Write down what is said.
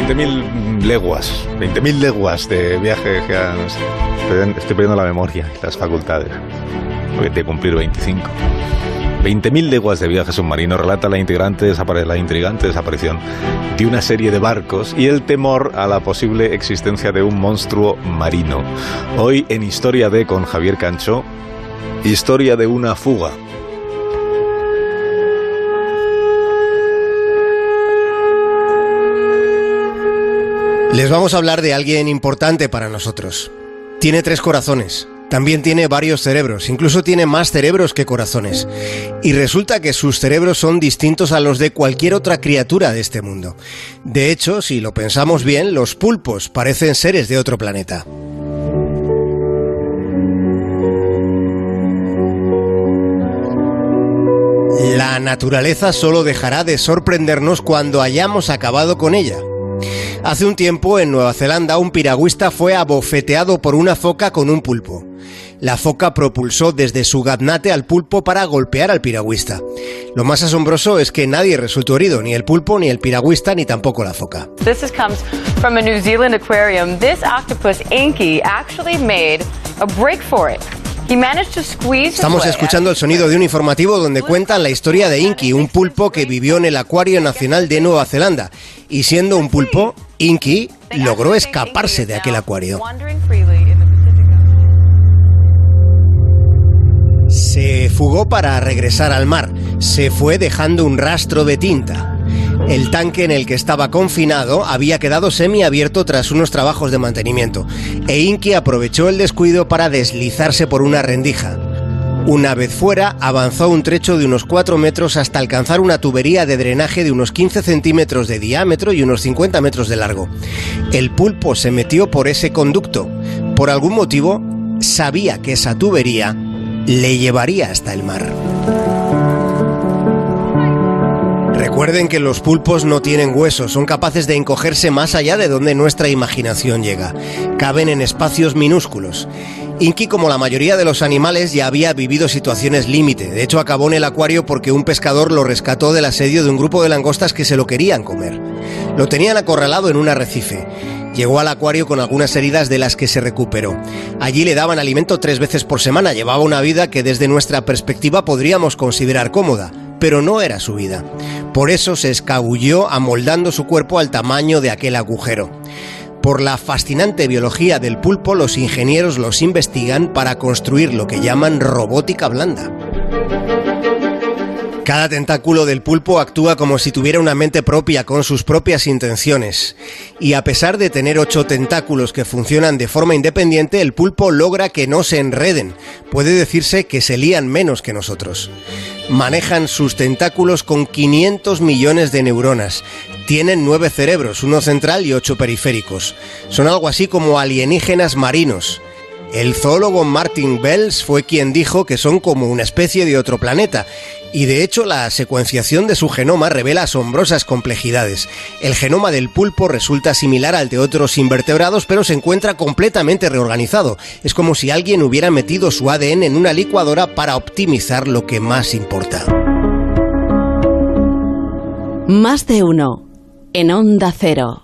20.000 leguas. 20.000 leguas de viaje que han... Estoy perdiendo la memoria y las facultades. Voy a cumplir 25. 20.000 leguas de viaje submarino relata la intrigante desaparición de una serie de barcos y el temor a la posible existencia de un monstruo marino. Hoy en Historia de con Javier Cancho, historia de una fuga. Les vamos a hablar de alguien importante para nosotros. Tiene 3 corazones. También tiene varios cerebros, incluso tiene más cerebros que corazones. Y resulta que sus cerebros son distintos a los de cualquier otra criatura de este mundo. De hecho, si lo pensamos bien, los pulpos parecen seres de otro planeta. La naturaleza solo dejará de sorprendernos cuando hayamos acabado con ella. Hace un tiempo, en Nueva Zelanda, un piragüista fue abofeteado por una foca con un pulpo. La foca propulsó desde su gaznate al pulpo para golpear al piragüista. Lo más asombroso es que nadie resultó herido, ni el pulpo, ni el piragüista, ni tampoco la foca. This comes from a New Zealand aquarium. This octopus, Inky, actually made a break for it. Estamos escuchando el sonido de un informativo donde cuentan la historia de Inky, un pulpo que vivió en el Acuario Nacional de Nueva Zelanda. Y siendo un pulpo, Inky logró escaparse de aquel acuario. Se fugó para regresar al mar. Se fue dejando un rastro de tinta. El tanque en el que estaba confinado había quedado semiabierto tras unos trabajos de mantenimiento, e Inky aprovechó el descuido para deslizarse por una rendija. Una vez fuera, avanzó un trecho de unos 4 metros hasta alcanzar una tubería de drenaje de unos 15 centímetros de diámetro y unos 50 metros de largo. El pulpo se metió por ese conducto. Por algún motivo, sabía que esa tubería le llevaría hasta el mar. Recuerden que los pulpos no tienen huesos, son capaces de encogerse más allá de donde nuestra imaginación llega. Caben en espacios minúsculos. Inky, como la mayoría de los animales, ya había vivido situaciones límite. De hecho, acabó en el acuario porque un pescador lo rescató del asedio de un grupo de langostas que se lo querían comer. Lo tenían acorralado en un arrecife. Llegó al acuario con algunas heridas de las que se recuperó. Allí le daban alimento 3 veces por semana. Llevaba una vida que desde nuestra perspectiva podríamos considerar cómoda, pero no era su vida. Por eso se escabulló amoldando su cuerpo al tamaño de aquel agujero. Por la fascinante biología del pulpo, los ingenieros los investigan para construir lo que llaman robótica blanda. Cada tentáculo del pulpo actúa como si tuviera una mente propia con sus propias intenciones. Y a pesar de tener 8 tentáculos que funcionan de forma independiente, el pulpo logra que no se enreden. Puede decirse que se lían menos que nosotros. Manejan sus tentáculos con 500 millones de neuronas. Tienen 9 cerebros, 1 central y 8 periféricos. Son algo así como alienígenas marinos. El zoólogo Martin Bells fue quien dijo que son como una especie de otro planeta. Y de hecho la secuenciación de su genoma revela asombrosas complejidades. El genoma del pulpo resulta similar al de otros invertebrados, pero se encuentra completamente reorganizado. Es como si alguien hubiera metido su ADN en una licuadora para optimizar lo que más importa. Más de uno en Onda Cero.